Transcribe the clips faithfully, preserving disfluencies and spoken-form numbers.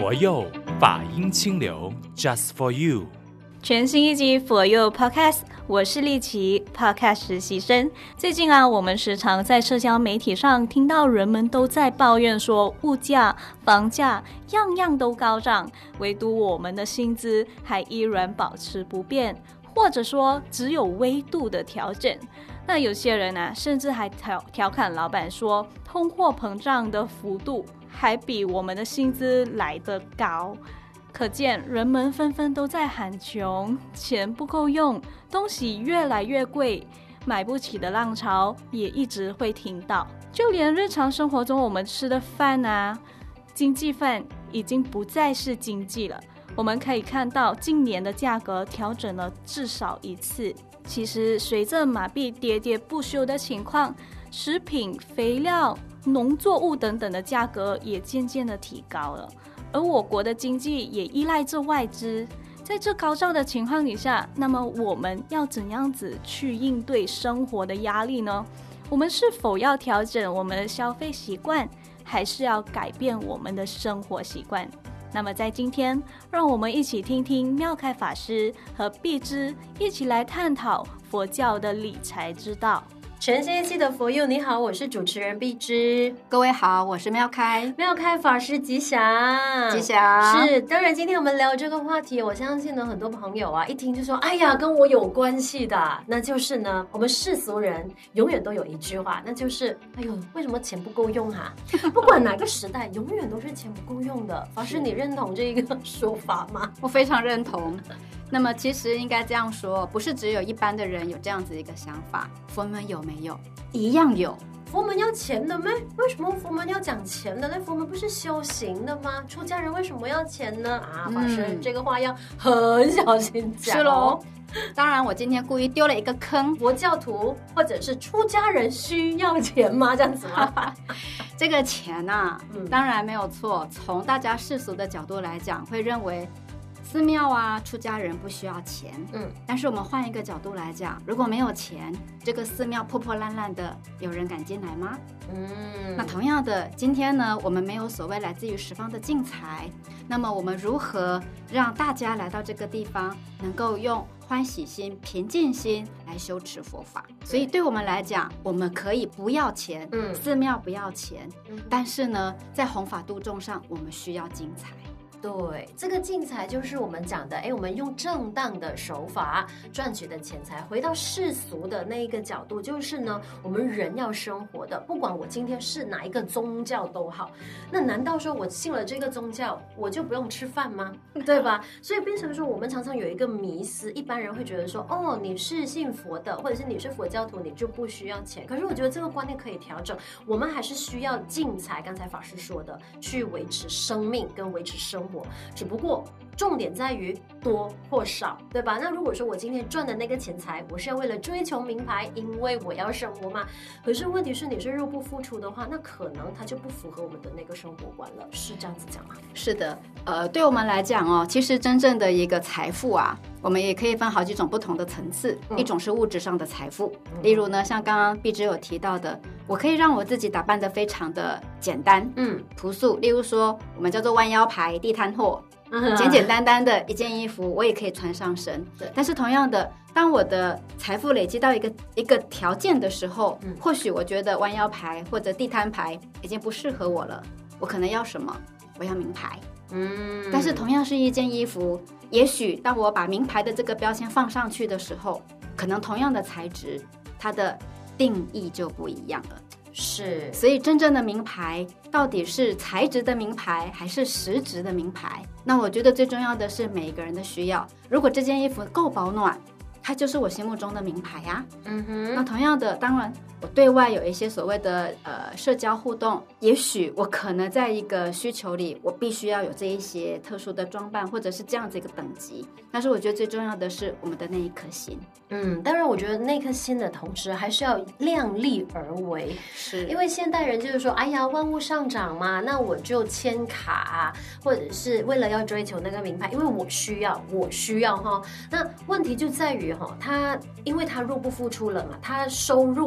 佛佑法音清流 Just for you， 全新一集佛佑 Podcast， 我是丽琪 Podcast 实习生。最近啊，我们时常在社交媒体上听到人们都在抱怨说物价、房价样样都高涨，唯独我们的薪资还依然保持不变，或者说只有微度的调整。那有些人啊，甚至还调调侃老板说，通货膨胀的幅度还比我们的薪资来得高。可见人们纷纷都在喊穷，钱不够用，东西越来越贵，买不起的浪潮也一直会听到。就连日常生活中我们吃的饭啊，经济饭已经不再是经济了。我们可以看到近年的价格调整了至少一次。其实随着马币喋喋不休的情况，食品、肥料、农作物等等的价格也渐渐的提高了。而我国的经济也依赖着外资，在这高涨的情况底下，那么我们要怎样子去应对生活的压力呢？我们是否要调整我们的消费习惯，还是要改变我们的生活习惯？那么在今天，让我们一起听听妙开法师和碧芝一起来探讨佛教的理财之道。 全新一期的佛佑，你好，我是主持人碧芝。 各位好，我是妙开。 妙开法师吉祥， 吉祥。 是，当然今天我们聊这个话题，我相信呢，很多朋友啊，一听就说，哎呀，跟我有关系的，那就是呢，我们世俗人永远都有一句话，那就是，哎呦，为什么钱不够用啊？不管哪个时代，永远都是钱不够用的。法师，你认同这一个说法吗？ 我非常认同。那么其实应该这样说，不是只有一般的人有这样子一个想法，佛门有没有？一样有。 佛门要钱的吗？为什么佛门要讲钱的呢？佛门不是修行的吗？出家人为什么要钱呢？啊，法师、嗯、这个话要很小心讲。 是咯。当然我今天故意丢了一个坑， 佛教徒或者是出家人需要钱吗？这样子吗？ 这个钱啊、嗯、当然没有错，从大家世俗的角度来讲会认为寺庙啊，出家人不需要钱。嗯，但是我们换一个角度来讲，如果没有钱，这个寺庙破破烂烂的，有人敢进来吗？嗯，那同样的，今天呢，我们没有所谓来自于十方的进财，那么我们如何让大家来到这个地方，能够用欢喜心、平静心来修持佛法？所以对我们来讲，我们可以不要钱，嗯，寺庙不要钱，嗯，但是呢，在弘法度众上，我们需要进财。 对，这个进财就是我们讲的，哎，我们用正当的手法赚取的钱财。回到世俗的那一个角度，就是呢，我们人要生活的，不管我今天是哪一个宗教都好，那难道说我信了这个宗教，我就不用吃饭吗？对吧？所以变成说，我们常常有一个迷思，一般人会觉得说，哦，你是信佛的，或者是你是佛教徒，你就不需要钱。可是我觉得这个观念可以调整，我们还是需要进财。刚才法师说的，去维持生命跟维持生活。只不过重点在于多或少，对吧？那如果说我今天赚的那个钱财，我是要为了追求名牌，因为我要生活嘛。可是问题是，你是入不敷出的话，那可能它就不符合我们的那个生活观了，是这样子讲吗？ 是的，呃，对我们来讲哦，其实真正的一个财富啊，我们也可以分好几种不同的层次。嗯、一种是物质上的财富，嗯、例如呢，像刚刚碧芝有提到的，我可以让我自己打扮得非常的简单，嗯，朴素。例如说，我们叫做弯腰牌、地摊货。简简单单的一件衣服，我也可以穿上身。对，但是同样的，当我的财富累积到一个一个条件的时候，嗯、或许我觉得弯腰牌或者地摊牌已经不适合我了。我可能要什么？我要名牌。嗯，但是同样是一件衣服，也许当我把名牌的这个标签放上去的时候，可能同样的材质，它的定义就不一样了。 是， 所以真正的名牌到底是材质的名牌还是实质的名牌？那我觉得最重要的是每一个人的需要。如果这件衣服够保暖，它就是我心目中的名牌啊。嗯哼。那同样的，当然我对外有一些所谓的呃社交互动，也许我可能在一个需求里，我必须要有这一些特殊的装扮，或者是这样子一个等级。但是我觉得最重要的是我们的那一颗心。 嗯，当然我觉得那颗心的同时，还是要量力而为。 是， 因为现代人就是说，哎呀，万物上涨嘛，那我就签卡啊，或者是为了要追求那个名牌，因为我需要，我需要哈。那问题就在于哈，他因为他入不敷出了嘛，他收入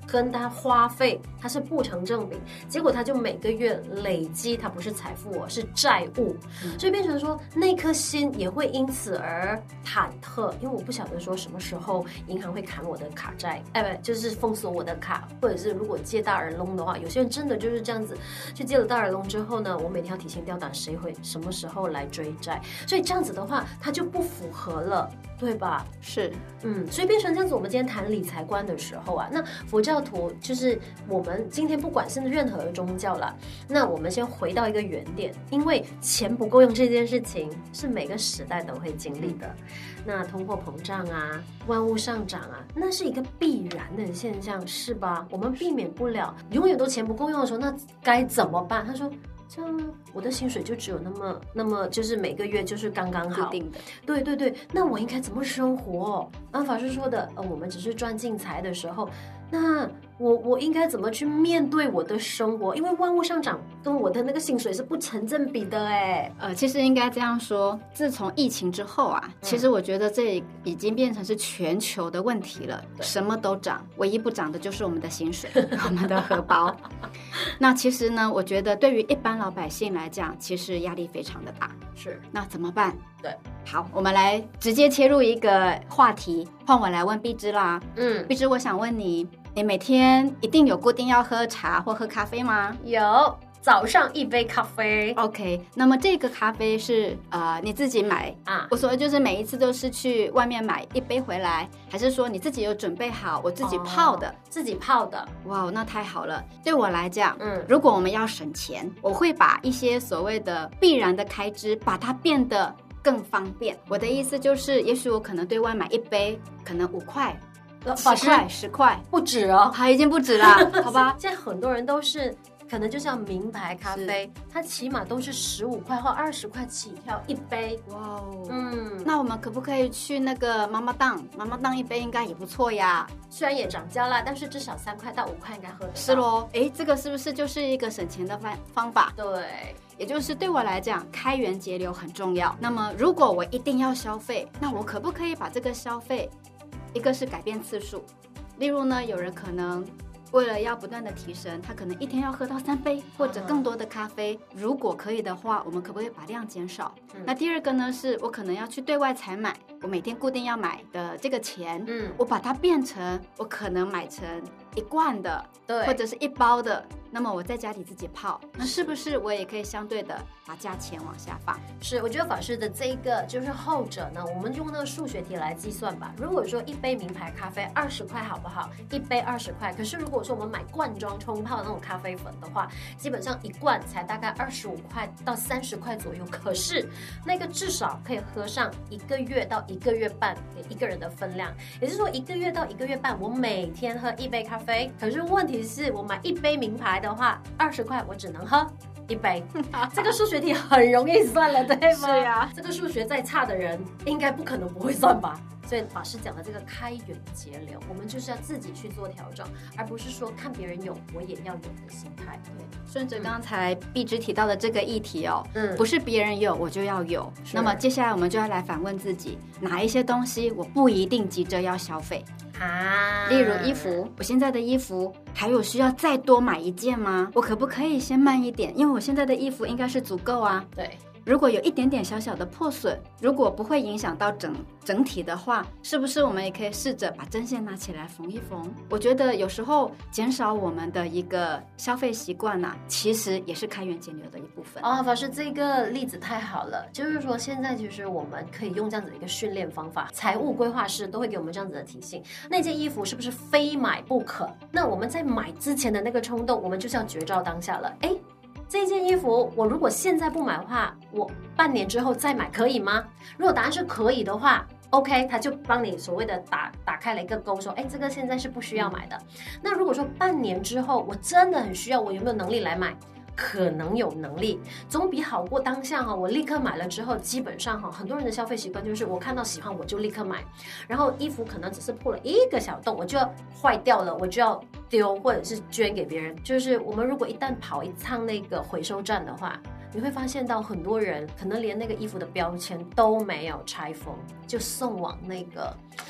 跟他花费它是不成正比，结果他就每个月累积，它不是财富哦，是债务，嗯、所以变成说那颗心也会因此而忐忑，因为我不晓得说什么时候银行会砍我的卡债，哎不就是封锁我的卡，或者是如果借大耳窿的话，有些人真的就是这样子，去借了大耳窿之后呢，我每天要提心吊胆，谁会什么时候来追债，所以这样子的话，它就不符合了。对吧？ 是， 嗯，所以变成这样子。我们今天谈理财观的时候啊，那佛教徒就是我们今天不管是任何的宗教啦，那我们先回到一个原点，因为钱不够用这件事情是每个时代都会经历的。那通货膨胀啊，万物上涨啊，那是一个必然的现象，是吧？我们避免不了，永远都钱不够用的时候，那该怎么办？他说。这样呢，我的薪水就只有那么那么，就是每个月就是刚刚好， 固定的。 对对对，那我应该怎么生活？按法师说的，呃，我们只是赚进财的时候，那我我应该怎么去面对我的生活？因为万物上涨跟我的那个薪水是不成正比的哎。 呃，其实应该这样说，自从疫情之后啊，嗯、其实我觉得这已经变成是全球的问题了，什么都涨，唯一不涨的就是我们的薪水，我们的荷包。那其实呢，我觉得对于一般老百姓来讲，其实压力非常的大。 是， 那怎么办？ 对， 好，我们来直接切入一个话题，换我来问碧芝啦。 嗯， 碧芝，我想问你，你每天一定有固定要喝茶或喝咖啡吗？ 有。早上一杯咖啡 ，OK。那么这个咖啡是呃你自己买啊？我所谓就是每一次都是去外面买一杯回来，还是说你自己有准备好，我自己泡的？哦、 自己泡的。 哇，那太好了。对我来讲，嗯，如果我们要省钱，我会把一些所谓的必然的开支，把它变得更方便。我的意思就是，也许我可能对外买一杯，可能五块。七块、十块， 不止哦， 它已经不止了，好吧？ 现在很多人都是。可能就像名牌咖啡，它起码都是十五块或二十块起跳一杯。 哇哦，嗯，那我们可不可以去那个妈妈档？妈妈档一杯应该也不错呀。 虽然也涨价啦，但是至少三块到五块应该喝得到。 是咯，哎，这个是不是就是一个省钱的方方法？ 对， 也就是对我来讲，开源节流很重要。那么，如果我一定要消费，那我可不可以把这个消费，一个是改变次数，例如呢，有人可能。为了要不断的提升，他可能一天要喝到三杯或者更多的咖啡。如果可以的话，我们可不可以把量减少？嗯、那第二个呢，是我可能要去对外采买，我每天固定要买的这个钱，嗯，我把它变成我可能买成一罐的， 对， 或者是一包的。那么我在家里自己泡，那是不是我也可以相对的把价钱往下放？ 是，我觉得法师的这个就是后者呢，我们用那个数学题来计算吧。如果说一杯名牌咖啡二十块好不好？一杯二十块。可是如果说我们买罐装冲泡的那种咖啡粉的话，基本上一罐才大概二十五块到三十块左右。可是那个至少可以喝上一个月到一个月半给一个人的分量，也就是说一个月到一个月半，我每天喝一杯咖啡。可是问题是我买一杯名牌的话，二十块我只能喝一杯，这个数学题很容易算了，对吗？ 是呀， 这个数学再差的人，应该不可能不会算吧？所以法师讲的这个开源节流，我们就是要自己去做调整，而不是说看别人有我也要有的心态。对， 顺着刚才碧芝提到的这个议题哦，嗯，不是别人有我就要有。那么接下来我们就要来反问自己，哪一些东西我不一定急着要消费？啊，例如衣服，我现在的衣服还有需要再多买一件吗？我可不可以先慢一点？因为我现在的衣服应该是足够啊。 对。 如果有一点点小小的破损，如果不会影响到整整体的话，是不是我们也可以试着把针线拿起来缝一缝？我觉得有时候减少我们的一个消费习惯啊，其实也是开源节流的一部分。 哦，法师这个例子太好了，就是说现在其实我们可以用这样子的一个训练方法，财务规划师都会给我们这样子的提醒，那件衣服是不是非买不可？那我们在买之前的那个冲动，我们就是要绝招当下了。哎。这件衣服我如果现在不买的话，我半年之后再买可以吗？如果答案是可以的话 OK， 他就帮你所谓的打打开了一个勾，说哎，这个现在是不需要买的。那如果说半年之后我真的很需要，我有没有能力来买？可能有能力，总比好过当下哈，我立刻买了之后，基本上哈，很多人的消费习惯就是我看到喜欢我就立刻买，然后衣服可能只是破了一个小洞，我就要坏掉了，我就要丢或者是捐给别人。就是我们如果一旦跑一趟那个回收站的话，你会发现到很多人可能连那个衣服的标签都没有拆封，就送往那个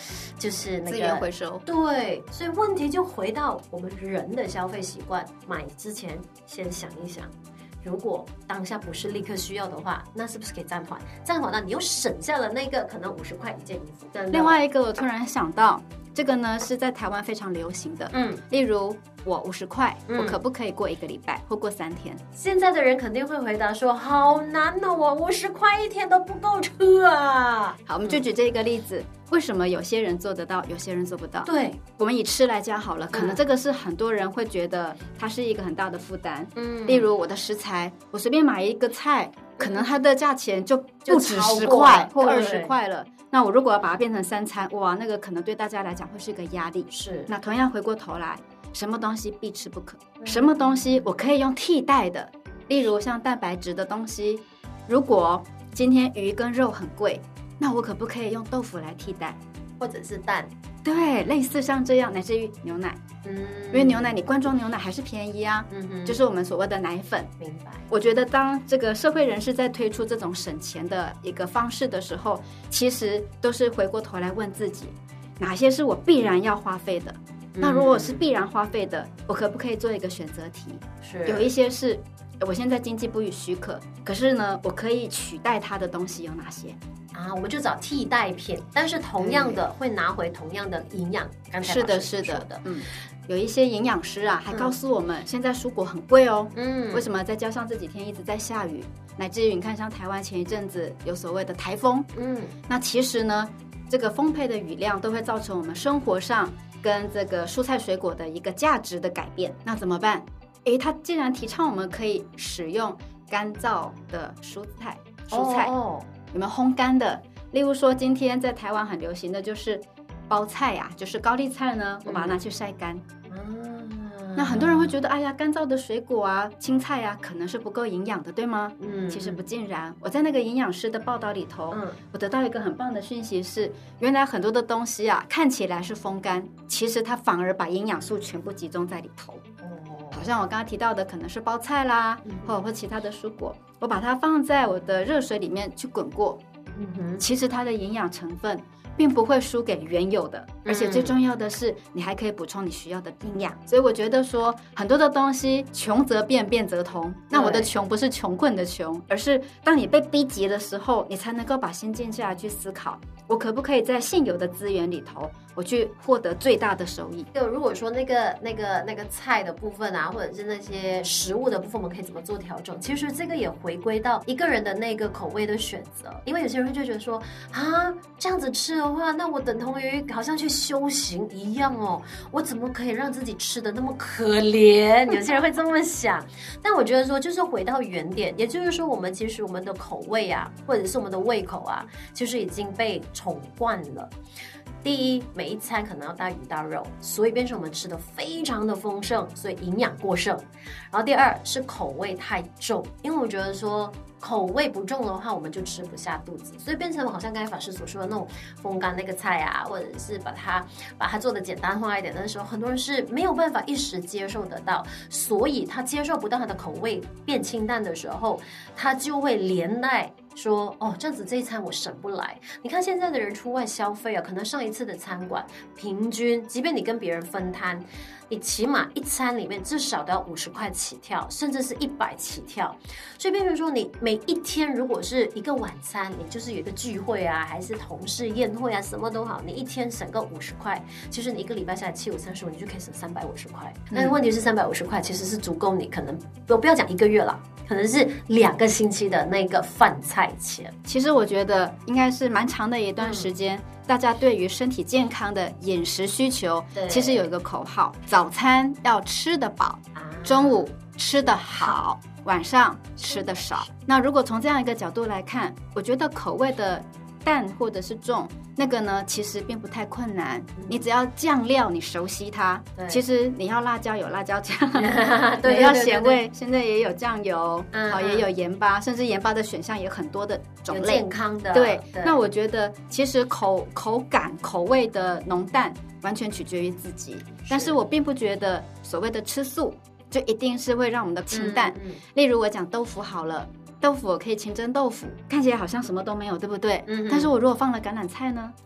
就是那个资源回收。 对，所以问题就回到我们人的消费习惯，买之前先想一想，如果当下不是立刻需要的话，那是不是可以暂缓？暂缓，那你又省下了那个可能五十块一件衣服。 另外一个，我突然想到，这个呢是在台湾非常流行的，嗯，例如我五十块，嗯，我可不可以过一个礼拜或过三天？ 现在的人肯定会回答说，好难哦，我五十块一天都不够吃啊。 好，我们就举这个例子。嗯，为什么有些人做得到，有些人做不到？ 对， 我们以吃来讲好了，可能这个是很多人会觉得它是一个很大的负担。嗯，例如我的食材，我随便买一个菜，可能它的价钱就不止十块或二十块了。那我如果要把它变成三餐，哇，那个可能对大家来讲会是一个压力。 是。那同样回过头来，什么东西必吃不可？嗯，什么东西我可以用替代的？例如像蛋白质的东西，如果今天鱼跟肉很贵，那我可不可以用豆腐来替代， 或者是蛋？ 对，类似像这样，乃至于牛奶，嗯，因为牛奶你罐装牛奶还是便宜啊，嗯哼，就是我们所谓的奶粉。 明白。 我觉得当这个社会人士在推出这种省钱的一个方式的时候，其实都是回过头来问自己，哪些是我必然要花费的？嗯，那如果是必然花费的，我可不可以做一个选择题？ 是， 有一些是我现在经济不予许可，可是呢，我可以取代它的东西有哪些？ 啊，我们就找替代品，但是同样的会拿回同样的营养。刚才是的，是的，嗯，有一些营养师啊，还告诉我们，嗯，现在蔬果很贵哦，嗯，为什么？再加上这几天一直在下雨，乃至于你看，像台湾前一阵子有所谓的台风，嗯，那其实呢，这个丰沛的雨量都会造成我们生活上跟这个蔬菜水果的一个价值的改变。那怎么办？诶，他既然提倡我们可以使用干燥的蔬菜，蔬菜。哦哦，有没有烘干的？例如说，今天在台湾很流行的就是包菜呀，啊，就是高丽菜呢，我把它拿去晒干。嗯，那很多人会觉得，哎呀，干燥的水果啊、青菜啊，可能是不够营养的，对吗？嗯，其实不尽然。我在那个营养师的报道里头，嗯，我得到一个很棒的讯息是，原来很多的东西啊，看起来是风干，其实它反而把营养素全部集中在里头。好像我刚刚提到的可能是包菜啦，嗯，或或其他的蔬果，我把它放在我的热水里面去滚过，嗯哼，其实它的营养成分并不会输给原有的，而且最重要的是，你还可以补充你需要的营养。所以我觉得说，很多的东西穷则变，变则通。那我的穷不是穷困的穷，而是当你被逼急的时候，你才能够把心静下来去思考，我可不可以在现有的资源里头，我去获得最大的收益。 就如果说那个那个那个菜的部分啊，或者是那些食物的部分，我们可以怎么做调整？其实这个也回归到一个人的那个口味的选择，因为有些人就觉得说啊，这样子吃的话，那我等同于好像去修行一样哦，我怎么可以让自己吃的那么可怜？有些人会这么想，但我觉得说就是回到原点，也就是说我们其实我们的口味啊，或者是我们的胃口啊，其实已经被宠惯了。第一，每一餐可能要大鱼大肉，所以变成我们吃的非常的丰盛，所以营养过剩。然后第二是口味太重，因为我觉得说口味不重的话，我们就吃不下肚子，所以变成好像刚才法师所说的那种风干那个菜啊，或者是把它把它做的简单化一点的时候，很多人是没有办法一时接受得到，所以他接受不到他的口味变清淡的时候，他就会连带说哦，这样子这一餐我省不来。你看现在的人出外消费啊，可能上一次的餐馆平均，即便你跟别人分摊，你起码一餐里面至少都要五十块起跳，甚至是一百起跳。所以变成说，你每一天如果是一个晚餐，你就是有一个聚会啊，还是同事宴会啊，什么都好，你一天省个五十块，其实你一个礼拜下来七五三十五，你就可以省三百五十块。但是问题是三百五十块其实是足够你可能我不要讲一个月了，可能是两个星期的那个饭菜钱。 其实我觉得应该是蛮长的一段时间、嗯、大家对于身体健康的饮食需求其实有一个口号，早餐要吃得饱、啊、中午吃得好，晚上吃得少。那如果从这样一个角度来看，我觉得口味的淡或者是重那个呢其实并不太困难、嗯、你只要酱料你熟悉它，其实你要辣椒有辣椒酱对，要咸味现在也有酱油、嗯哦、也有盐巴，甚至盐巴的选项也很多的种类， 健康的。 对, 对那我觉得其实口口感口味的浓淡完全取决于自己，但是我并不觉得所谓的吃素就一定是会让我们的清淡、嗯嗯、例如我讲豆腐好了，豆腐我可以清蒸豆腐，看起来好像什么都没有，对不对？嗯、但是我如果放了橄榄菜呢，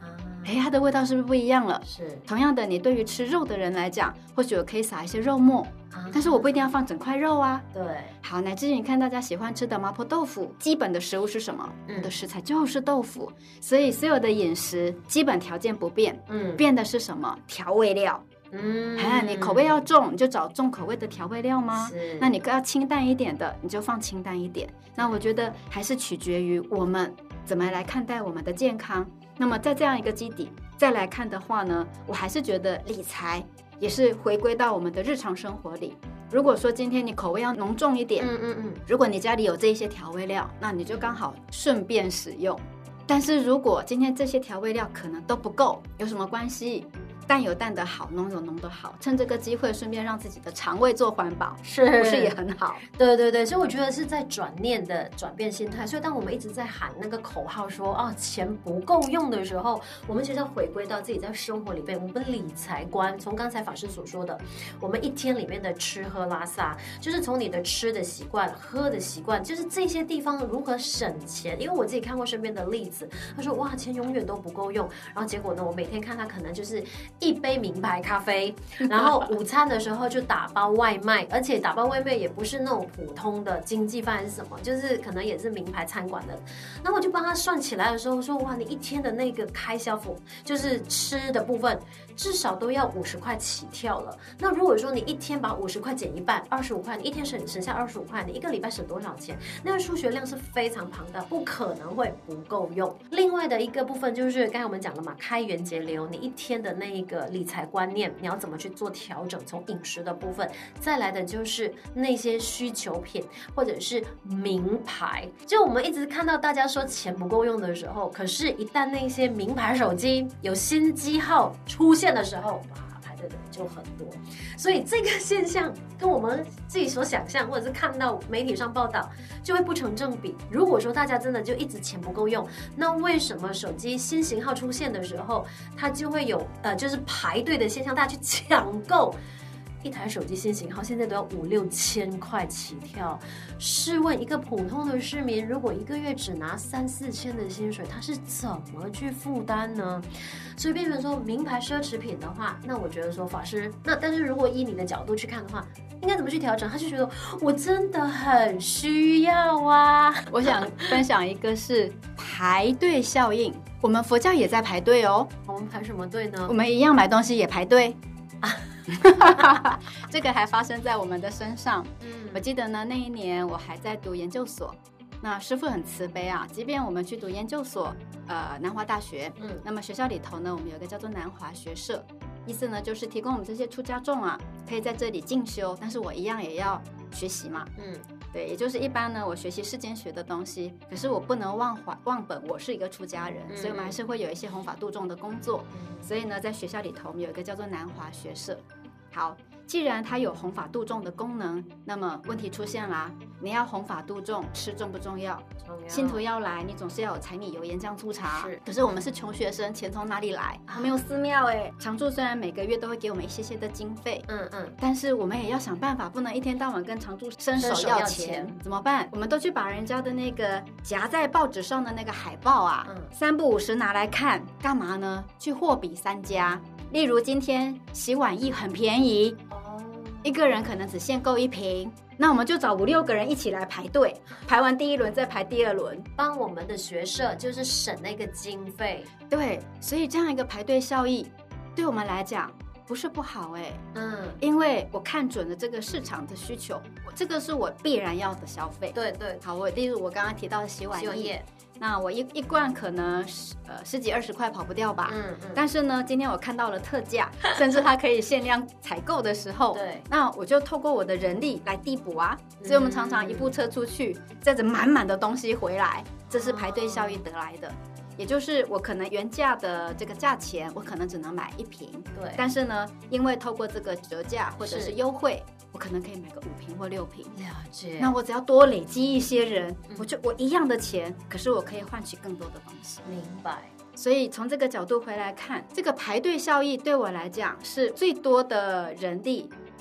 哎，它的味道是不是不一样了？ 是。 同样的，你对于吃肉的人来讲，或许我可以撒一些肉末，啊、但是我不一定要放整块肉啊。 对。 好，乃至于你看大家喜欢吃的麻婆豆腐，基本的食物是什么？嗯、的食材就是豆腐，所以所有的饮食基本条件不变，嗯，变的是什么？调味料。嗯，哎，你口味要重，你就找重口味的调味料吗？是。那你要清淡一点的，你就放清淡一点。那我觉得还是取决于我们怎么来看待我们的健康。那么在这样一个基底再来看的话呢，我还是觉得理财也是回归到我们的日常生活里。如果说今天你口味要浓重一点，嗯嗯嗯，如果你家里有这些调味料，那你就刚好顺便使用。但是如果今天这些调味料可能都不够，有什么关系？淡有淡的好，浓有浓的好，趁这个机会顺便让自己的肠胃做环保， 是不是也很好？ 对对对，所以我觉得是在转念的转变心态。所以当我们一直在喊那个口号说啊钱不够用的时候，我们其实要回归到自己在生活里面我们理财观。从刚才法师所说的，我们一天里面的吃喝拉撒，就是从你的吃的习惯、喝的习惯，就是这些地方如何省钱。因为我自己看过身边的例子，他说哇钱永远都不够用，然后结果呢，我每天看他可能就是一杯名牌咖啡，然后午餐的时候就打包外卖，而且打包外卖也不是那种普通的经济饭是什么，就是可能也是名牌餐馆的。那我就帮他算起来的时候说，哇，你一天的那个开销服，就是吃的部分，至少都要五十块起跳了。那如果说你一天把五十块减一半，二十五块，你一天省省下二十五块，你一个礼拜省多少钱？那个数学量是非常庞大，不可能会不够用。另外的一个部分就是刚才我们讲了嘛，开源节流，你一天的那一个理财观念，你要怎么去做调整？从饮食的部分，再来的就是那些需求品或者是名牌。就我们一直看到大家说钱不够用的时候，可是一旦那些名牌手机有新机号出现的时候，哇，排队的人就很多。所以这个现象跟我们自己所想象或者是看到媒体上报道就会不成正比。如果说大家真的就一直钱不够用，那为什么手机新型号出现的时候，它就会有呃就是排队的现象，大家去抢购？一台手机新型号现在都要五六千块起跳，试问一个普通的市民，如果一个月只拿三四千的薪水，他是怎么去负担呢？所以变成说名牌奢侈品的话，那我觉得说法师，那但是如果以你的角度去看的话，应该怎么去调整？他就觉得我真的很需要啊。 我想分享一个是排队效应，我们佛教也在排队哦。 我们排什么队呢？ 我们一样买东西也排队啊。这个还发生在我们的身上。嗯，我记得呢，那一年我还在读研究所，那师父很慈悲啊，即便我们去读研究所，呃，南华大学，嗯，那么学校里头呢，我们有一个叫做南华学社，意思呢就是提供我们这些出家众啊，可以在这里进修，但是我一样也要学习嘛，嗯。对，也就是一般呢，我学习世间学的东西，可是我不能忘怀忘本，我是一个出家人，嗯、所以我们还是会有一些弘法度众的工作。嗯、所以呢，在学校里头，我们有一个叫做南华学社。好，既然它有弘法度众的功能，那么问题出现啦，你要弘法度众，吃重不重要？重要。信徒要来，你总是要有柴米油盐酱醋茶。是。可是我们是穷学生，钱从哪里来？我们有寺庙哎，常住虽然每个月都会给我们一些些的经费，嗯嗯，但是我们也要想办法，不能一天到晚跟常住伸手要钱，怎么办？我们都去把人家的那个夹在报纸上的那个海报啊，嗯、三不五时拿来看，干嘛呢？去货比三家。例如今天洗碗液很便宜，哦，一个人可能只限购一瓶，那我们就找五六个人一起来排队，排完第一轮再排第二轮， 帮我们的学社就是省那个经费。 对，所以这样一个排队效益，对我们来讲不是不好哎、欸，嗯，因为我看准了这个市场的需求，这个是我必然要的消费。 对对， 好，我例如我刚刚提到的洗碗液。那我一一罐可能呃十几二十块跑不掉吧，嗯嗯。但是呢，今天我看到了特价，甚至它可以限量采购的时候，对，那我就透过我的人力来递补啊。所以我们常常一部车出去，载着满满的东西回来，这是排队效益得来的。也就是我可能原价的这个价钱，我可能只能买一瓶，对。但是呢，因为透过这个折价或者是优惠，我可能可以买个五瓶或六瓶。 了解。 那我只要多累积一些人，嗯、我就我一样的钱，可是我可以换取更多的东西。 明白。 所以从这个角度回来看，这个排队效益对我来讲是最多的人力，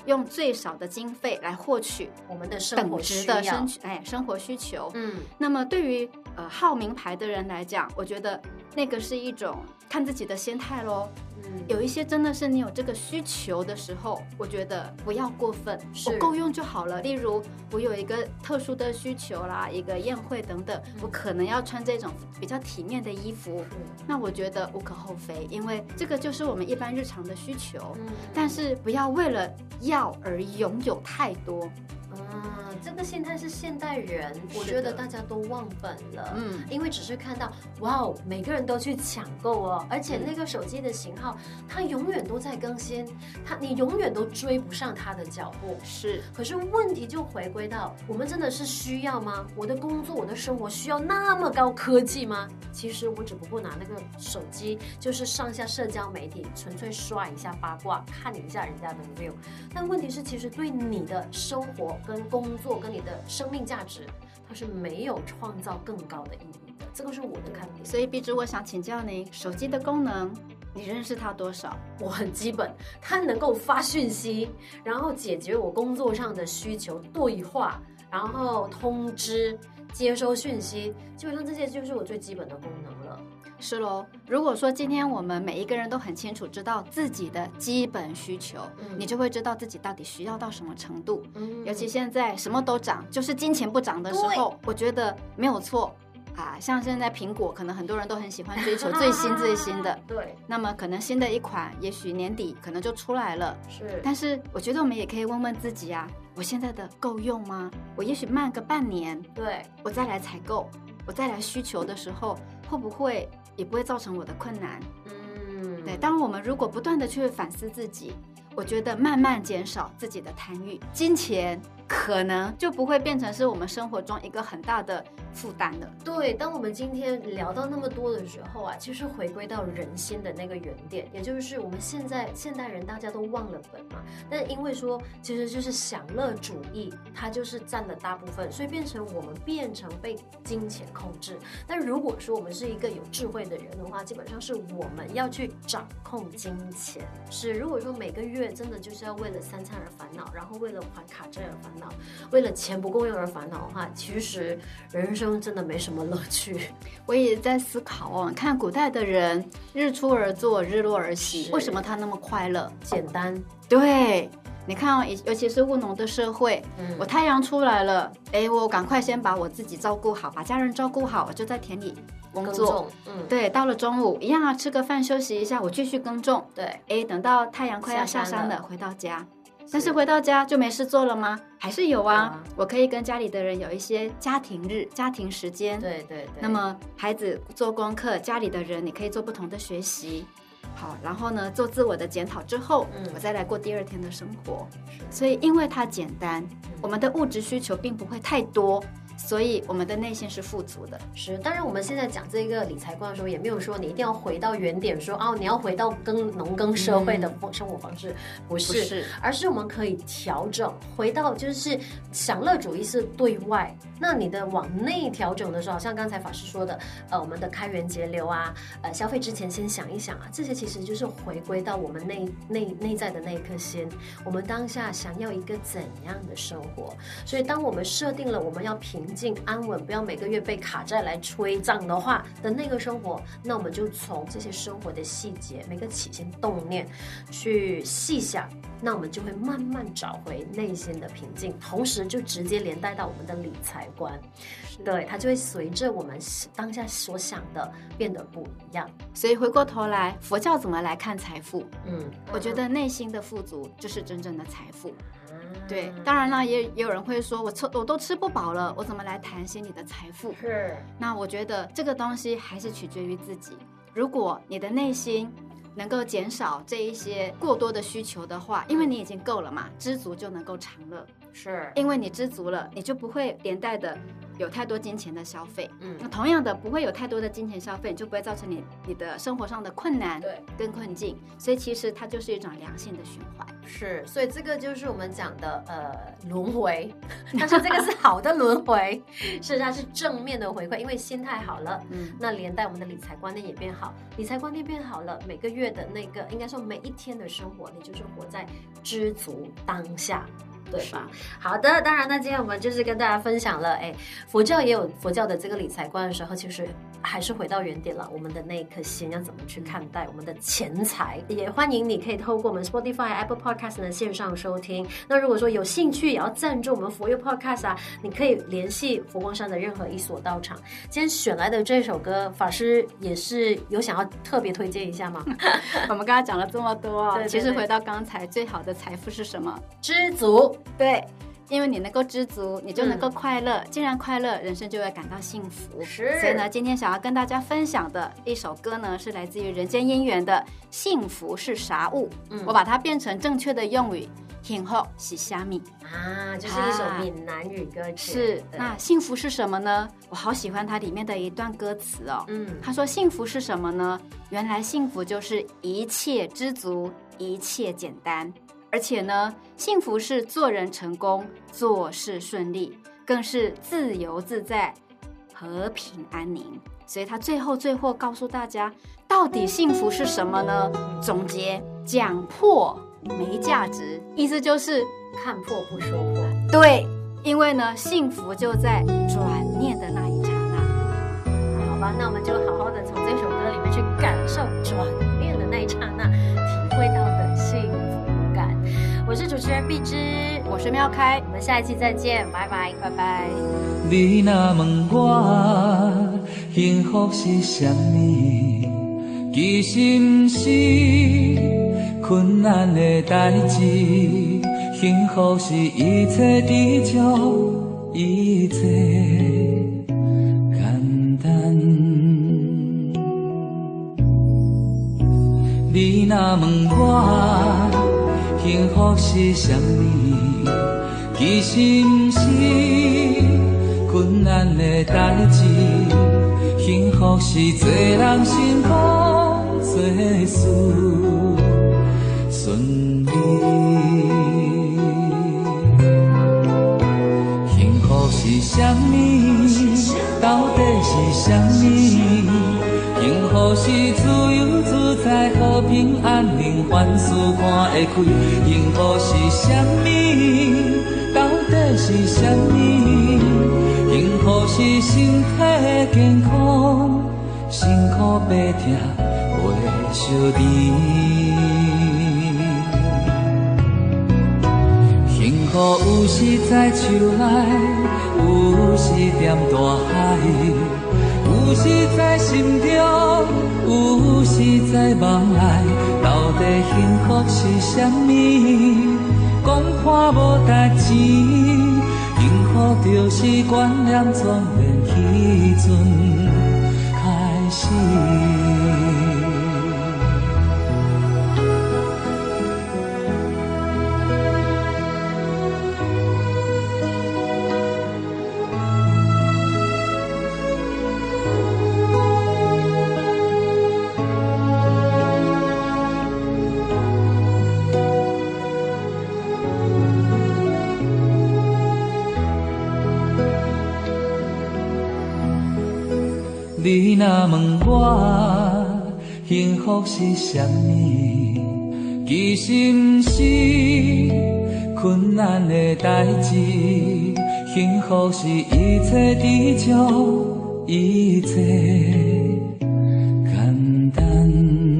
用最少的经费来获取我们的生等值活需要的生哎生活需求。 嗯， 那么对于呃好名牌的人来讲，我觉得那个是一种看自己的心态咯。 嗯有一些真的是你有这个需求的时候，我觉得不要过分， 是我够用就好了。例如我有一个特殊的需求啦，一个宴会等等，我可能要穿这种比较体面的衣服，那我觉得无可厚非，因为这个就是我们一般日常的需求。 嗯但是不要为了要而拥有太多。 啊，这个心态是现代人，我是的觉得大家都忘本了。 嗯因为只是看到哇哦，每个人都去抢购哦，而且那个手机的型号，它永远都在更新，它你永远都追不上它的脚步。 是， 可是问题就回归到，我们真的是需要吗？我的工作，我的生活需要那么高科技吗？其实我只不过拿那个手机，就是上下社交媒体，纯粹刷一下八卦，看一下人家的 view。但问题是，其实对你的生活跟工作跟你的生命价值，它是没有创造更高的意义的。这个是我的看点。 所以碧芝，我想请教您，手机的功能你认识它多少？ 我很基本，它能够发讯息，然后解决我工作上的需求，对话，然后通知、接收讯息，基本上这些就是我最基本的功能了。 是咯，如果说今天我们每一个人都很清楚知道自己的基本需求， 嗯你就会知道自己到底需要到什么程度。 嗯尤其现在什么都涨，就是金钱不涨的时候，我觉得没有错啊。像现在苹果，可能很多人都很喜欢追求最新最新的， 对， 那么可能新的一款，也许年底可能就出来了。 是， 但是我觉得我们也可以问问自己啊，我现在的够用吗？我也许慢个半年， 对， 我再来采购，我再来需求的时候，会不会也不会造成我的困难？ 嗯， 对，当我们如果不断的去反思自己，我觉得慢慢减少自己的贪欲，金钱可能就不会变成是我们生活中一个很大的负担了。 对，当我们今天聊到那么多的时候啊，其实回归到人心的那个原点，也就是我们现在现代人大家都忘了本嘛。但因为说，其实就是享乐主义，它就是占了大部分，所以变成我们变成被金钱控制。但如果说我们是一个有智慧的人的话，基本上是我们要去掌控金钱。是，如果说每个月真的就是要为了三餐而烦恼，然后为了还卡债而烦恼，为了钱不够用而烦恼的话，其实人生真的没什么乐趣。 我也在思考哦，看古代的人日出而作，日落而息， 是为什么他那么快乐？ 简单， 对，你看哦，尤其是务农的社会， 嗯我太阳出来了，哎，我赶快先把我自己照顾好，把家人照顾好，我就在田里工作。 耕种，嗯， 对，到了中午一样啊，吃个饭休息一下，我继续耕种。 对， 哎，等到太阳快要下下山了山了，回到家。但是回到家就没事做了吗？还是有啊， 有啊我可以跟家里的人有一些家庭日、家庭时间。 对对对。 那么孩子做功课，家里的人你可以做不同的学习。好，然后呢，做自我的检讨之后， 嗯我再来过第二天的生活。 是所以，因为它简单，我们的物质需求并不会太多，所以我们的内心是富足的。 是，当然我们现在讲这个理财观的时候，也没有说你一定要回到原点说，哦，你要回到耕农耕社会的生活方式，不是， 不是而是我们可以调整，回到就是享乐主义是对外，那你的往内调整的时候，像刚才法师说的，呃，我们的开源节流啊，呃，消费之前先想一想啊，这些其实就是回归到我们内内内在的那一颗心，我们当下想要一个怎样的生活，所以当我们设定了我们要平静安稳，不要每个月被卡债来催账的话的那个生活，那我们就从这些生活的细节，每个起心动念去细想，那我们就会慢慢找回内心的平静，同时就直接连带到我们的理财观，对，它就会随着我们当下所想的变得不一样。 所以回过头来，佛教怎么来看财富？ 嗯， 我觉得内心的富足就是真正的财富。 嗯对，当然啦，也也有人会说，我吃我都吃不饱了，我怎么来谈心你的财富？ 是， 那我觉得这个东西还是取决于自己。如果你的内心能够减少这一些过多的需求的话，因为你已经够了嘛，知足就能够常乐。 是， 因为你知足了，你就不会连带的有太多金钱的消费。 嗯， 那同样的，不会有太多的金钱消费，你就不会造成你你的生活上的困难对跟困境。所以其实它就是一种良性的循环。 是，所以这个就是我们讲的呃轮回，但是这个是好的轮回，是它是正面的回馈，因为心态好了， 嗯， 那连带我们的理财观念也变好，理财观念变好了，每个月的那个应该说每一天的生活，你就是活在知足当下。对吧？好的，当然呢，今天我们就是跟大家分享了，哎，佛教也有佛教的这个理财观的时候，其实还是回到原点了，我们的那一颗心要怎么去看待我们的钱财？也欢迎你可以透过我们 Spotify、Apple Podcast 的线上收听。那如果说有兴趣也要赞助我们佛佑 Podcast 啊，你可以联系佛光山的任何一所道场。今天选来的这首歌，法师也是有想要特别推荐一下吗？ 我们刚刚讲了这么多， 对对对， 其实回到刚才，最好的财富是什么？ 知足。 对，因为你能够知足，你就能够快乐。嗯、既然快乐，人生就会感到幸福。 是， 所以呢，今天想要跟大家分享的一首歌呢，是来自于人间姻缘的《幸福是啥物》。嗯，我把它变成正确的用语，幸福是虾米啊，就是一首闽南语歌曲。 是，那幸福是什么呢？我好喜欢它里面的一段歌词哦。嗯，他说幸福是什么呢？原来幸福就是一切知足，一切简单。而且呢，幸福是做人成功，做事顺利，更是自由自在，和平安宁。所以他最后最后告诉大家，到底幸福是什么呢？总结：讲破没价值，意思就是看破不说破。 对，因为呢，幸福就在转念的那一刹那。 好吧，那我们就好好的从这首歌里面去感受转念的那一刹那，体会到的幸福。我是主持人碧芝， 我是妙开， 我们下一期再见，拜拜， 拜拜。 你若问我幸福是啥物，其实不是困难的代志，幸福是一切知足，一切简单。你若问我幸福是啥物？其实不是困难的代志，幸福是做人成功，做事顺利。幸福是啥物？到底是啥物？幸福是自由自在，和平安宁，凡事看会开。幸福是啥物？到底是啥物？幸福是身体健康，辛苦白疼袂相离。幸福有时在树内，有时踮大海。有时在心中，有时在梦内，到底幸福是啥物？讲看无代志，幸福就是观念从连迄阵开始。你若问我幸福是啥物，其实不是困难的代志，幸福是一切知足，一切简单。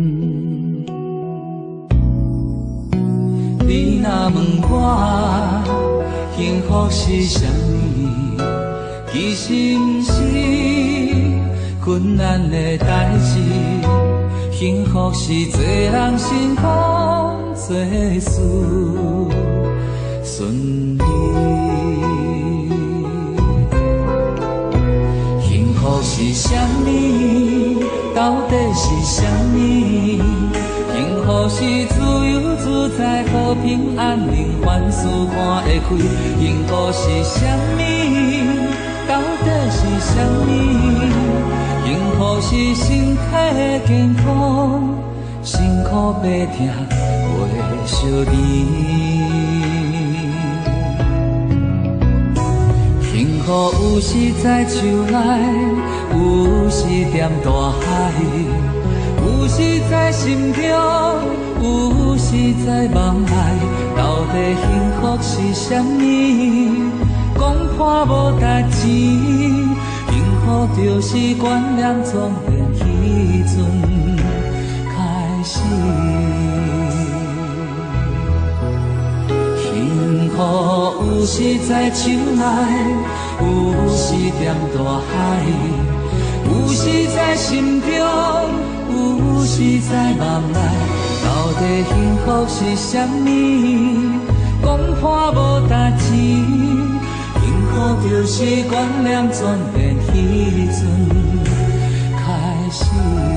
你若问我幸福是啥物，其实不是困难的代志，幸福是做人成功，做事顺利。幸福是啥物？到底是啥物？幸福是自由自在，和平安宁，凡事看会开。幸福是啥物？到底是啥物？幸福是身体健康，辛苦白疼袂相离。幸福有时在树内，有时踮大海，有时在心中，有时在梦内。到底幸福是啥物？讲破无代志，幸福就是原谅从变迄阵开始。幸福有时在树内，有时踮大海，有时在心中，有时在梦内。到底幸福是啥物？讲破无代志，幸福就是原谅转变迄阵开始。